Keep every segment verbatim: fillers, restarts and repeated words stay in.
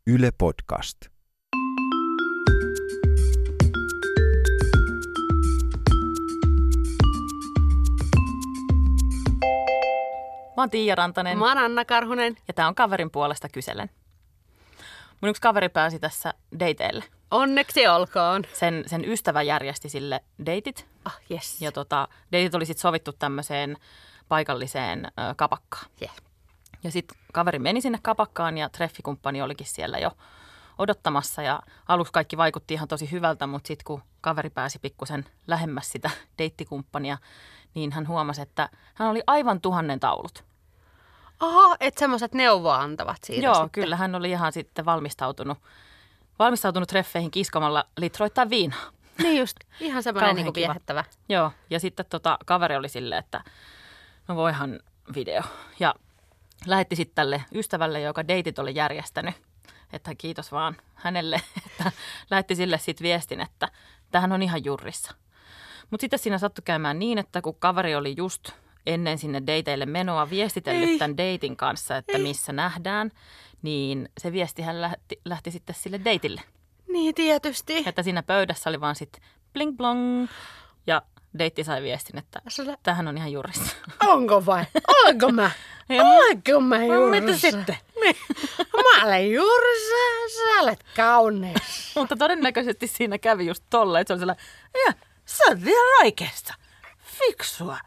Yle Podcast. Mä oon Tiia Rantanen. Mä oon Anna Karhunen. Ja tää on Kaverin puolesta kyselen. Mun yksi kaveri pääsi tässä dateille. Onneksi olkoon. Sen, sen ystävä järjesti sille deitit. Ah, yes. Ja tota, deitit oli sit sovittu tämmöiseen paikalliseen ö, kapakkaan. Yeah. Ja sitten kaveri meni sinne kapakkaan ja treffikumppani olikin siellä jo odottamassa. Ja aluksi kaikki vaikutti ihan tosi hyvältä, mutta sitten kun kaveri pääsi pikkusen lähemmäs sitä deittikumppania, niin hän huomasi, että hän oli aivan tuhannen taulut. Aha, että semmoiset neuvoa antavat siitä Joo, sitten. kyllä hän oli ihan sitten valmistautunut, valmistautunut treffeihin kiskomalla litroittain viinaa. Niin just, ihan semmoinen niinku kiva. viehättävä. Joo, ja sitten tota, kaveri oli silleen, että no voihan video. Ja lähetti sitten tälle ystävälle, joka deitit oli järjestänyt, että kiitos vaan hänelle, että lähetti sille sitten viestin, että tämähän on ihan jurrissa. Mutta sitten siinä sattui käymään niin, että kun kaveri oli just ennen sinne dateille menoa viestitellyt Ei. tämän deitin kanssa, että missä nähdään, niin se viestihän lähti, lähti sitten sille dateille. Niin tietysti. Että siinä pöydässä oli vaan sitten bling blong ja deitti sai viestin, että Sulla... tämähän on ihan jurrissa. Onko vai? Olenko mä? Ei, Olenko mä jurrissa? mitä sitten? Niin. Mä olen jurrissa, sä olet kaunis. Mutta todennäköisesti siinä kävi just tolle, että se oli sellainen, ja sä oot ihan oikeassa. Fiksua.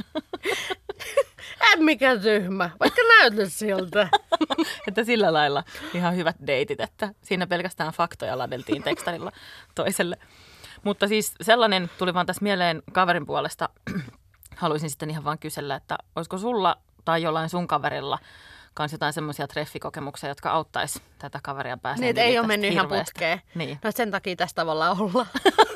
En mikä tyhmä, vaikka näytät siltä. Että sillä lailla ihan hyvät deitit, että siinä pelkästään faktoja ladeltiin tekstarilla toiselle. Mutta siis sellainen tuli vaan tässä mieleen kaverin puolesta. Haluaisin sitten ihan vaan kysellä, että olisiko sulla tai jollain sun kaverilla kans jotain semmoisia treffikokemuksia, jotka auttaisi tätä kaveria pääsemään. Niin, ei ole mennyt ihan putkeen. Niin. No sen takia tässä tavallaan ollaan.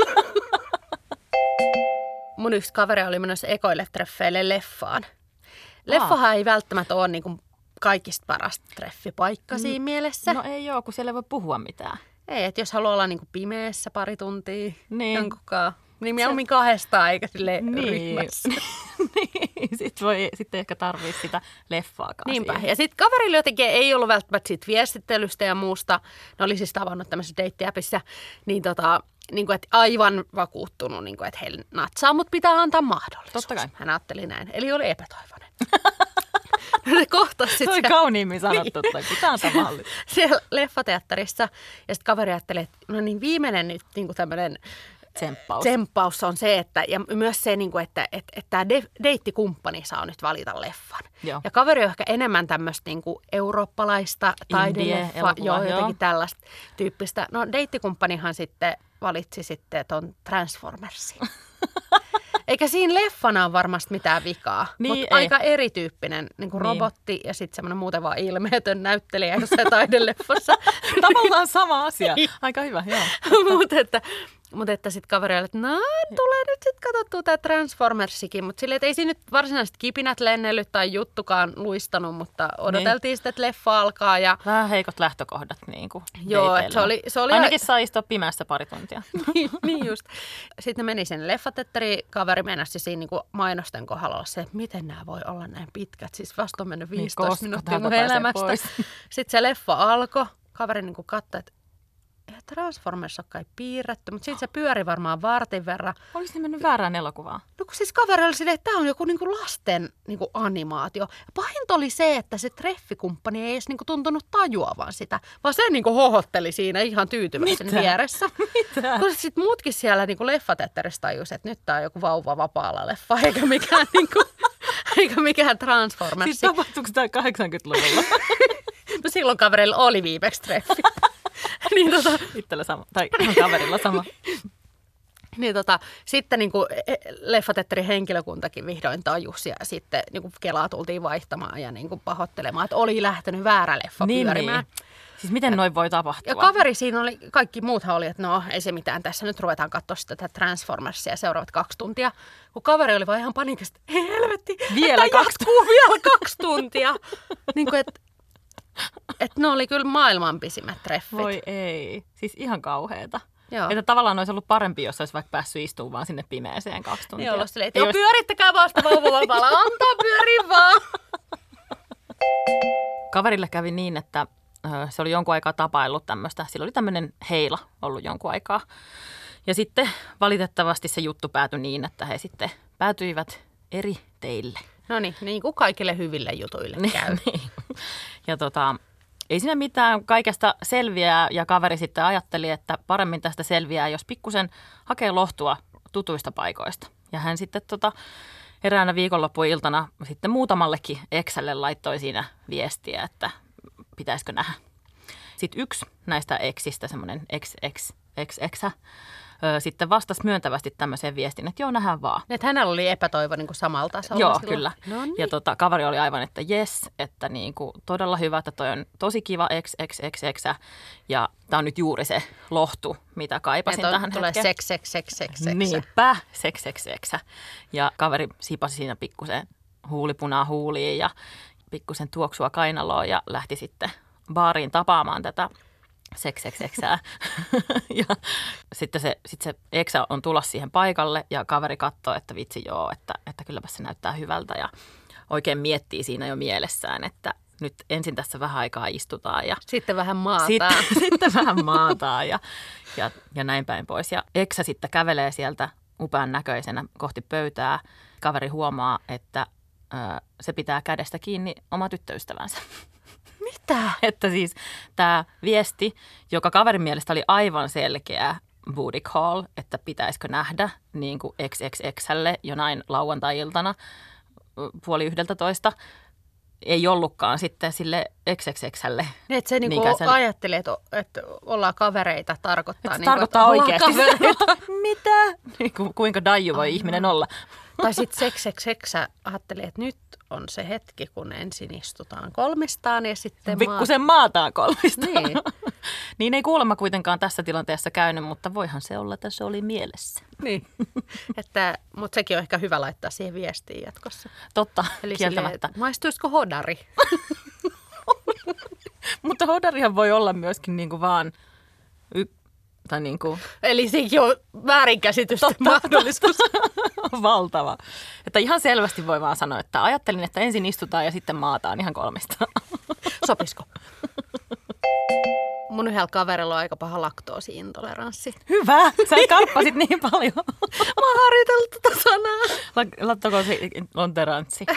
Mun yksi kaveri oli menossa ekoille treffeille leffaan. Leffahan ei välttämättä ole niin kuin kaikista paras treffipaikka siinä mm. mielessä. No ei ole, kun siellä ei voi puhua mitään. Ei, että jos haluaa olla niin kuin pimeässä pari tuntia niin. jonkunkaan, niin mieluummin kahdestaan eikä silleen niin. ryhmässä. niin, sitten voi sitten ehkä tarvii sitä leffaakaan. Niinpä. Siihen. Ja sitten kaverilla jotenkin ei ollut välttämättä siitä viestittelystä ja muusta. Ne oli siis tavannut tämmöisessä deitti-appissa, niin tota... Niin kuin, että aivan vakuuttunut, niin kuin, että heillä natsaa, mutta pitää antaa mahdollisuus. Totta kai. Hän ajatteli näin. Eli oli epätoivoinen. Ne kohtasi Se oli kauniimmin sanottu, että pitää antaa mahdollisuus. Siellä leffateatterissa. Ja sitten kaveri ajatteli, että no niin viimeinen nyt niin kuin tämmöinen tsemppaus. tsemppaus on se, että ja myös se, niin kuin, että että, että tämä de, deittikumppani saa nyt valita leffan. Joo. Ja kaveri on ehkä enemmän tämmöistä niin kuin eurooppalaista taideleffa, joo, jotenkin tällaista tyyppistä. No deittikumppanihan sitten valitsi sitten ton Transformersin. Eikä siinä leffana ole varmasti mitään vikaa, niin, mutta aika erityyppinen niin kuin niin. robotti ja sitten semmoinen muuten vaan ilmeetön näyttelijä jossain taideleffassa. Tavallaan sama asia. Aika hyvä, joo. Mutta että, mut että sitten kaverille, että no tulee nyt sitten katsottua tämä Transformersikin, mutta silleen, että ei siinä nyt varsinaisesti kipinät lennellyt tai juttukaan luistanut, mutta odoteltiin niin. sitten, että leffa alkaa. Ja... Vähän heikot lähtökohdat niin kuin joo, että se oli, se oli... Ainakin saa istua pimeässä pari tuntia. niin, niin just. Sitten ne meni sinne leffateatteriin, kaveri meinasi siinä niin kuin mainosten kohdalla olla se, että miten nämä voi olla näin pitkät. Siis vasta on mennyt viisitoista niin, minuuttia mun elämästä. Pois. Sitten se leffa alkoi, kaveri niin kuin katsoi, että eihän Transformers ole kai piirretty, mutta sitten se pyöri varmaan vartin verran. Olisi ne mennyt väärään elokuvaan? No kun siis kaveri oli silleen, että tämä on joku niinku lasten niinku animaatio. Ja pahinta oli se, että se treffikumppani ei edes niinku tuntunut tajuavan sitä, vaan se niinku hohotteli siinä ihan tyytyväisen Mitä? vieressä. Mitä? Kun sitten muutkin siellä niinku leffateatterissa tajusi, että nyt tämä on joku vauva vapaalla leffa, eikä mikään, niinku, eikä mikään Transformers. Siis tapahtuuko tämä kahdeksankymmentäluvulla? No silloin kaverilla oli viimeksi treffi. niin tota, itsellä sama, tai kaverilla sama. niin tota, sitten niin kuin leffateatterin henkilökuntakin vihdoin tajusi ja sitten niin kuin Kelaa tultiin vaihtamaan ja niin kuin pahoittelemaan, että oli lähtenyt väärä leffa niin, pyörimään. Niin. Siis miten noin voi tapahtua? Ja kaveri siinä oli, kaikki muuthan oli, että no ei se mitään, tässä nyt ruvetaan katsoa sitä tätä Transformersia seuraavat kaksi tuntia. Kun kaveri oli vaan ihan panikasta, ei helvetti, vielä että kaksi jatkuu vielä kaksi tuntia. niin kuin, että Että ne oli kyllä maailman pisimmät treffit. Voi ei. Siis ihan kauheeta. Joo. Että tavallaan olisi ollut parempi, jos olisi vaikka päässyt istumaan vaan sinne pimeeseen kaksi tuntia. Joo, silleen, että joo, pyörittäkää vasta vauvavapaalla, antaa pyöriä vaan. Kaverille kävi niin, että se oli jonkun aikaa tapaillut tämmöistä. Sillä oli tämmöinen heila ollut jonkun aikaa. Ja sitten valitettavasti se juttu päätyi niin, että he sitten päätyivät eri teille. No niin, niin kuin kaikille hyville jutuille käy. Niin. Ja tota, ei siinä mitään, kaikesta selviää ja kaveri sitten ajatteli, että paremmin tästä selviää, jos pikkusen hakee lohtua tutuista paikoista. Ja hän sitten tota, eräänä viikonloppuiltana sitten muutamallekin eksälle laittoi siinä viestiä, että pitäisikö nähdä. Sitten yksi näistä eksistä, semmoinen ex, ex, ex, eksä, sitten vastasi myöntävästi tämmöiseen viestiin, että joo, nähdään vaan. Että hänellä oli epätoivo niin kuin samalla tasolla. Joo, silloin. kyllä. No niin. Ja tota, kaveri oli aivan, että jes, että niin kuin, todella hyvä, että toi on tosi kiva ex, ex, ex, eksä. Ja tämä on nyt juuri se lohtu, mitä kaipasin on, tähän tulee hetkeen. seks, seks, seks, seks, seks. Niinpä, seks, seks, seksä. Ja kaveri sipasi siinä pikkusen huulipunaa huuliin ja pikkusen tuoksua kainaloon ja lähti sitten baariin tapaamaan tätä seks, seks, eksää. Ja sitten se, sit se eksä on tulossa siihen paikalle ja kaveri katsoo, että vitsi joo, että, että kylläpä se näyttää hyvältä ja oikein miettii siinä jo mielessään, että nyt ensin tässä vähän aikaa istutaan ja sitten vähän maataan. Sitten, sitten vähän maataan ja, ja, ja näin päin pois. Ja eksä sitten kävelee sieltä upean näköisenä kohti pöytää. Kaveri huomaa, että ö, se pitää kädestä kiinni oma tyttöystävänsä. Mitä? Että siis tämä viesti, joka kaverin mielestä oli aivan selkeä booty call, että pitäisikö nähdä niin kuin X X X:lle jonain lauantai-iltana puoli yhdeltä toista, ei ollutkaan sitten sille X X X:lle. Niin, että se niinku ajatteli, että, että ollaan kavereita, tarkoittaa, että niin tarkoittaa kuin, oikeasti. Mitä? Niin kuin, kuinka daiju voi Aha. ihminen olla? Tai sitten X X X ajatteli, että nyt on se hetki, kun ensin istutaan kolmistaan ja sitten pikkusen maataan kolmistaan. Niin. Niin ei kuulemma kuitenkaan tässä tilanteessa käynyt, mutta voihan se olla, että se oli mielessä. Niin, että, mutta sekin on ehkä hyvä laittaa siihen viestiin jatkossa. Totta, eli kieltämättä. Silleen, maistuisiko hodari? Mutta hodarihan voi olla myöskin niinku vaan... Y- tai niinku... Eli sekin on väärinkäsitysten mahdollisuus. Valtava. Että ihan selvästi voi vaan sanoa, että ajattelin, että ensin istutaan ja sitten maataan ihan kolmistaan. Sopisiko? Mun yhdellä kaverilla on aika paha laktoosiintoleranssi. Hyvä! Sä karppasit niin paljon. Mä oon harjoitellut tätä sanaa. Laktoosiintoleranssi.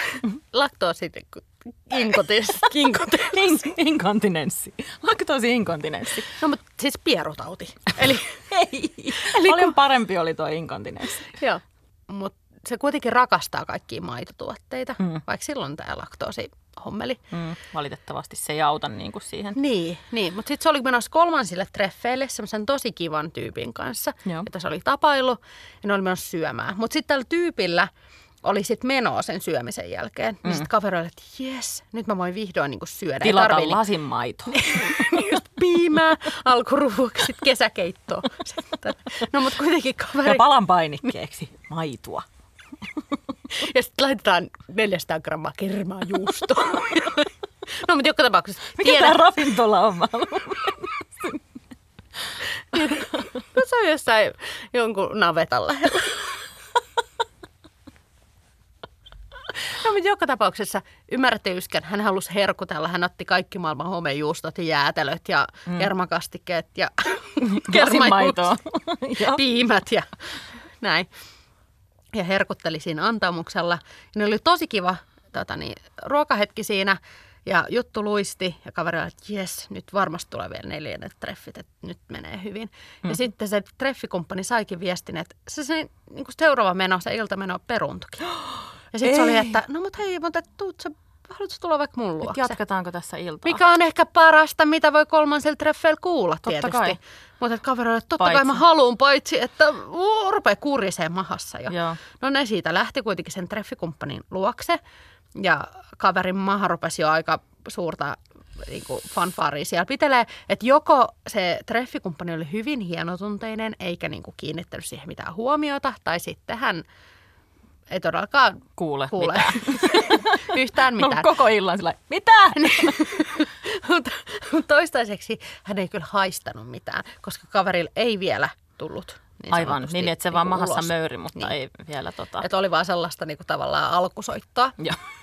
Laktoosiinkontinenssi. Inkontinenssi. Laktoosi-inkontinenssi. No mutta siis pierutauti. Eli, ei. Eli paljon kun... parempi oli tuo inkontinenssi. Joo, mutta se kuitenkin rakastaa kaikkia maitotuotteita, mm. vaikka silloin tämä laktoosihommeli. Mm, valitettavasti se ei auta niin kuin siihen. Niin, niin. Mutta sitten se oli menossa kolmansille treffeille semmoisen tosi kivan tyypin kanssa, Joo. jota se oli tapaillut ja ne oli menossa syömään. Mutta sitten tällä tyypillä oli sitten menoa sen syömisen jälkeen. Mm. Niin sitten kaveri oli, että jes, nyt mä voin vihdoin niinku syödä. Tilata tarvii, lasin maitoa. Just piimää, alkuruuaksi, sitten kesäkeittoa. Sitten, no mutta kuitenkin kaveri... Ja palan painikkeeksi maitoa. Ja sitten laitetaan neljäsataa grammaa kermaa juustoa. No mutta joka tapauksessa... Mikä tiedä... tämä ravintola on? No se on jossain jonkun navetan lähellä. No mutta joka tapauksessa ymmärrätte yskän, hän halusi herkutella. Hän otti kaikki maailman homejuustot ja jäätelöt ja mm. kermakastikkeet ja kermajuustot, piimät ja näin. Ja herkutteli siinä antaumuksella. Ja ne oli tosi kiva tota niin, ruokahetki siinä ja juttu luisti. Ja kaveri oli, että jes, nyt varmasti tulee vielä neljännet treffit, että nyt menee hyvin. Mm. Ja sitten se treffikumppani saikin viestin, että se, se niin kuin seuraava meno, se iltameno peruuntukin. Ja sitten se oli, että no mut hei, mutta tuut sä, haluatko tulla vaikka mun luokse? Jatketaanko tässä iltaa? Mikä on ehkä parasta, mitä voi kolmansella treffeillä kuulla totta tietysti. Kai. Mutta kaveri oli, että totta paitsi. kai mä haluun, paitsi että uu, rupeaa kuriseen mahassa jo. Joo. No ne siitä lähti kuitenkin sen treffikumppanin luokse. Ja kaverin maha rupesi jo aika suurta niin kuin fanfaaria siellä pitelee. Että joko se treffikumppani oli hyvin hienotunteinen, eikä niin kuin kiinnittänyt siihen mitään huomiota, tai sitten hän... Ei todellakaan kuule, kuule. mitään. Yhtään mitään. No, koko illan sillä mitä? Mutta toistaiseksi hän ei kyllä haistanut mitään, koska kaverilla ei vielä tullut niin aivan, niin että se niin vaan mahassa ulos. möyri, mutta niin. ei vielä tota. Että oli vaan sellaista niin kuin tavallaan alkusoittoa. Joo.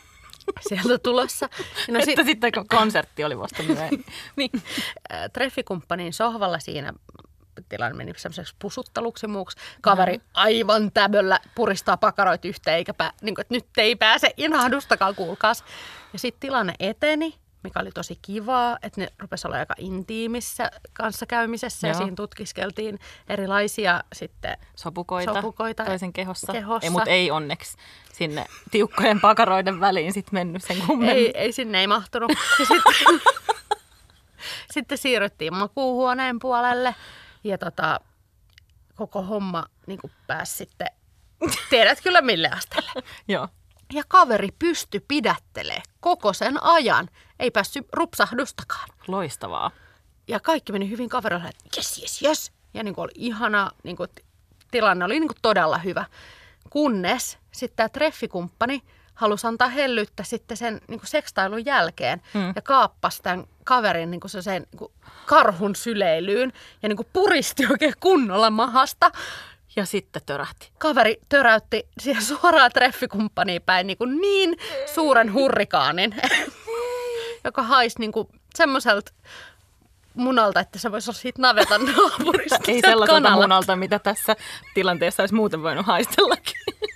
sieltä tulossa. No että sit, sitten kun konsertti oli vasta myöhemmin. Niin. Treffikumppanin sohvalla siinä tilanne meni semmoiseksi pusutteluksi muuksi. Kaveri mm. aivan täböllä puristaa pakaroit yhteen, eikä pää, niin kuin, että nyt ei pääse inahdustakaan, kuulkaas. Ja sitten tilanne eteni, mikä oli tosi kivaa, että ne rupesi olla aika intiimissä kanssakäymisessä. Joo. Ja siinä tutkiskeltiin erilaisia sitten sopukoita, sopukoita toisen kehossa. kehossa. Ei, mutta ei onneksi sinne tiukkojen pakaroiden väliin sitten mennyt sen kummemmin. Ei, ei sinne ei mahtunut. Ja sitten, sitten siirryttiin makuuhuoneen puolelle. Ja tota, koko homma niin pääsi sitten, tiedät kyllä mille asteelle. Joo. Ja kaveri pystyi pidättelemään koko sen ajan. Ei päässyt rupsahdustakaan. Loistavaa. Ja kaikki meni hyvin kaverille, että jes, jes, jes. Ja niin kuin oli ihana, niin kuin, tilanne oli niin kuin todella hyvä. Kunnes sitten tämä treffikumppani halusi antaa hellyyttä sitten sen niin kuin sekstailun jälkeen. Mm. Ja kaappasi tämän kaverin niin kuin sen niin kuin karhun syleilyyn. Ja niin kuin puristi oikein kunnolla mahasta. Ja sitten törähti. Kaveri töräytti siihen suoraan treffikumppaniin päin niin, kuin niin suuren hurrikaanin, joka haisi niin kuin semmoiselta munalta, että se voisi olla siitä navetan naapurista. Ei sellaiselta kanalla. Munalta, mitä tässä tilanteessa olisi muuten voinut haistellakin.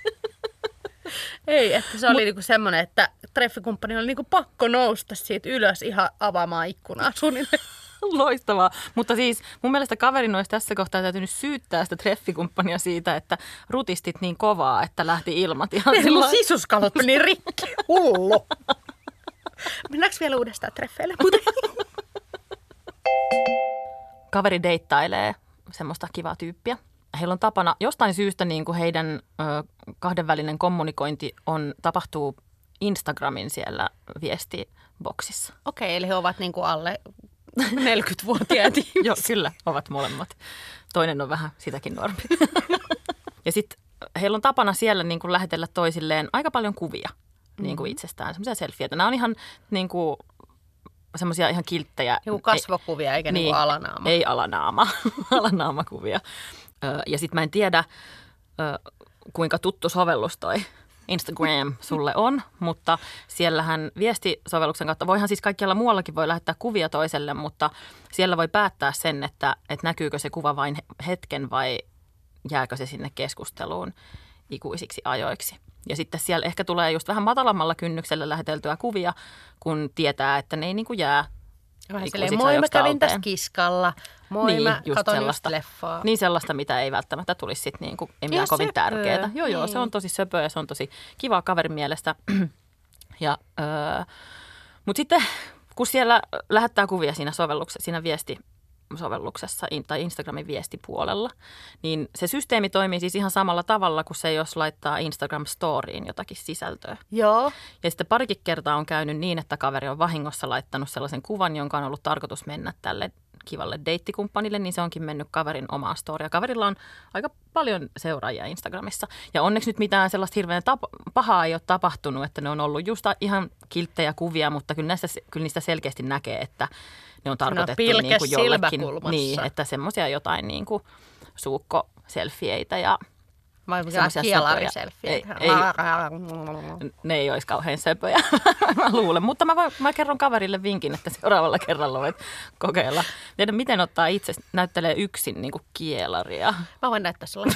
Ei, että se oli Mut... niinku semmoinen, että treffikumppani oli niinku pakko nousta siitä ylös ihan avaamaan ikkunaa suunnilleen. Loistavaa. Mutta siis mun mielestä kaverin olisi tässä kohtaa täytynyt syyttää sitä treffikumppania siitä, että rutistit niin kovaa, että lähti ilmat ihan sillä lailla. Mun sisuskalot meni rikki. Hullu. Mennäänkö vielä uudestaan treffeille? Kaveri deittailee semmoista kivaa tyyppiä. Heillä on tapana, jostain syystä niin kuin heidän ö, kahdenvälinen kommunikointi on, tapahtuu Instagramin siellä viestiboksissa. Okei, eli he ovat niin kuin alle neljäkymmentävuotiaat ihmiset. Joo, kyllä, ovat molemmat. Toinen on vähän sitäkin nuorempi. Ja sitten heillä on tapana siellä niin kuin lähetellä toisilleen aika paljon kuvia niin kuin itsestään, semmoisia selfieitä. Nämä on ihan niin kuin semmoisia ihan kilttejä. Joku kasvokuvia, eikä niin, niin alanaama. Ei alanaama, alanaamakuvia. Ja sitten mä en tiedä, kuinka tuttu sovellus toi Instagram sulle on, mutta siellähän viestisovelluksen kautta, voihan siis kaikkialla muuallakin voi lähettää kuvia toiselle, mutta siellä voi päättää sen, että, että näkyykö se kuva vain hetken vai jääkö se sinne keskusteluun ikuisiksi ajoiksi. Ja sitten siellä ehkä tulee just vähän matalammalla kynnyksellä läheteltyä kuvia, kun tietää, että ne ei niin kuin jää ikuisiksi moi, mä kävin tässä kiskalla. Moi, niin, mä just katon sellaista, just leffaa. Niin sellaista, mitä ei välttämättä tulisi sitten niin kuin, ei mitään kovin tärkeää. Joo, joo, niin. Se on tosi söpöä ja se on tosi kivaa kaverin mielestä. ja, öö, mutta sitten, kun siellä lähettää kuvia siinä sovelluksessa, siinä viestisovelluksessa tai Instagramin viestipuolella, niin se systeemi toimii siis ihan samalla tavalla kuin se, jos laittaa Instagram-storiin jotakin sisältöä. Joo. Ja sitten parikin kertaa on käynyt niin, että kaveri on vahingossa laittanut sellaisen kuvan, jonka on ollut tarkoitus mennä tälle kivalle deittikumppanille, niin se onkin mennyt kaverin omaa storia. Kaverilla on aika paljon seuraajia Instagramissa. Ja onneksi nyt mitään sellaista hirveän tap- pahaa ei ole tapahtunut, että ne on ollut just ihan kilttejä kuvia, mutta kyllä, näistä, kyllä niistä selkeästi näkee, että ne on tarkoitettu no, niin kuin jollekin. Niin, että semmoisia jotain niin kuin suukko-selfieitä ja vai mikä kielariselfie. Ei, ei, ne ei olisi kauhean söpöjä, mä luulen. Mutta mä, voin, mä kerron kaverille vinkin, että seuraavalla kerralla voit kokeilla. Tiedä, miten ottaa itse, näyttelee yksin niin kuin kielaria. Mä voin näyttää sulle.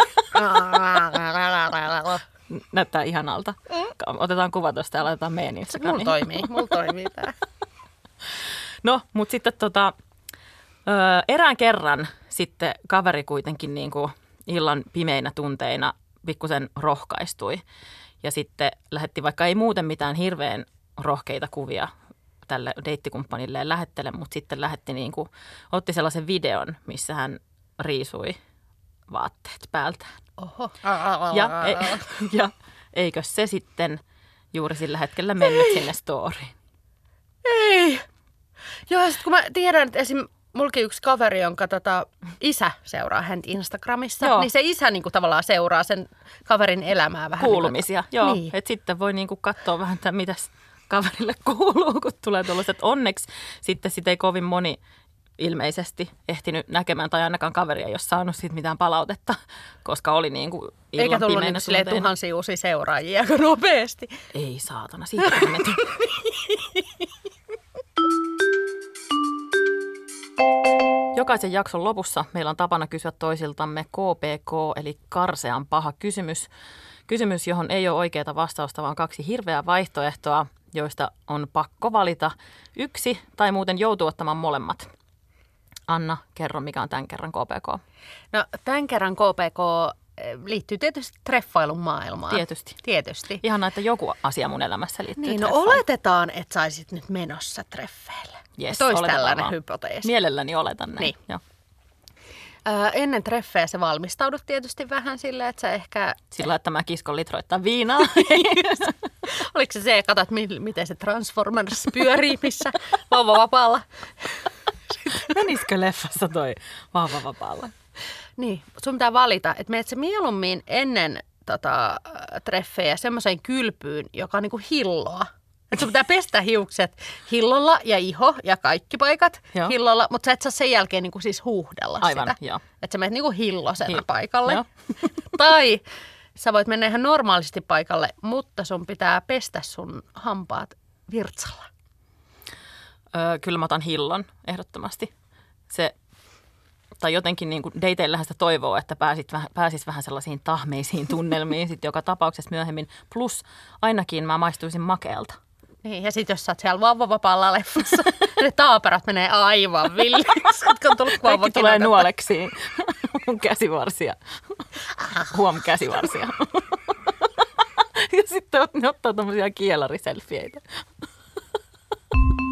Näyttää ihanalta. Otetaan kuva tuosta ja laitetaan meidän Instagramiin. Mulla toimii, mulla toimii tää. No, mutta sitten tota, erään kerran sitten kaveri kuitenkin niin kuin illan pimeinä tunteina pikkusen rohkaistui ja sitten lähetti, vaikka ei muuten mitään hirveän rohkeita kuvia tälle deittikumppanilleen lähettele, mutta sitten lähetti niin kuin, otti sellaisen videon, missä hän riisui vaatteet päältään. Oho. Ja, e, ja eikö se sitten juuri sillä hetkellä mennyt sinne storyin? Ei. Joo, ja sitten kun mä tiedän, että esim. Mulki yksi kaveri, jonka tota, isä seuraa häntä Instagramissa, joo. Niin se isä niinku tavallaan seuraa sen kaverin elämää vähän. Kuulumisia, niin joo. Niin. Että sitten voi niinku katsoa vähän, että mitäs kaverille kuuluu, kun tulee tuollaiset. Onneksi sitten sitä ei kovin moni ilmeisesti ehtinyt näkemään tai ainakaan kaveri ei ole saanut siitä mitään palautetta, koska oli niin kuin illan eikä tullut pimeinä niin kuin tuhansia uusia seuraajia aika nopeasti. Ei saatana, siitä me Jokaisen jakson lopussa meillä on tapana kysyä toisiltamme K P K, eli karsean paha kysymys. Kysymys, johon ei ole oikeaa vastausta, vaan kaksi hirveää vaihtoehtoa, joista on pakko valita yksi tai muuten joutuu ottamaan molemmat. Anna, kerro, mikä on tämän kerran K P K? No, tämän kerran K P K liittyy tietysti treffailun maailmaan. Tietysti. Tietysti. Ihanaa, että joku asia mun elämässä liittyy Niin, no treffailuun. oletetaan, että saisit nyt menossa treffeille. Yes, Tois oletetaan tällainen vaan. hypoteesi. Mielelläni oletan näin. Niin. Joo. Ää, ennen treffejä sä valmistaudut tietysti vähän silleen, että sä ehkä... Sillä, että mä kiskon litroittaa viinaa. Oliko se se, katsot, miten se Transformers pyörii, missä vauva vapaalla? Menisikö leffassa toi vauva vapaalla? Niin, sun pitää valita, että menet sä mieluummin ennen tota, treffejä semmoiseen kylpyyn, joka on niinku hilloa. Että sun pitää pestä hiukset hillolla ja iho ja kaikki paikat Joo. hillolla, mutta sä et saa sen jälkeen niinku siis huuhdella Aivan, sitä. joo. Että sä menet niinku hillosena Hi- paikalle. Joo. Tai sä voit mennä ihan normaalisti paikalle, mutta sun pitää pestä sun hampaat virtsalla. Öö, kyllä mä otan hillon ehdottomasti. Se, tai jotenkin niin kuin dateillähän sitä toivoo, että pääsit vähän, pääsis vähän sellaisiin tahmeisiin tunnelmiin sit joka tapauksessa myöhemmin. Plus ainakin mä maistuisin makealta. Niin, ja sitten jos sä oot siellä vauvavapaalla leffassa, ne taaperat menee aivan villiksi, jotka on tullut Kaikki tulee vauvakinokasta. nuoleksiin. Mun käsivarsia. Huom käsivarsia. Ja sitten ne ottaa tommosia kielariselfieitä.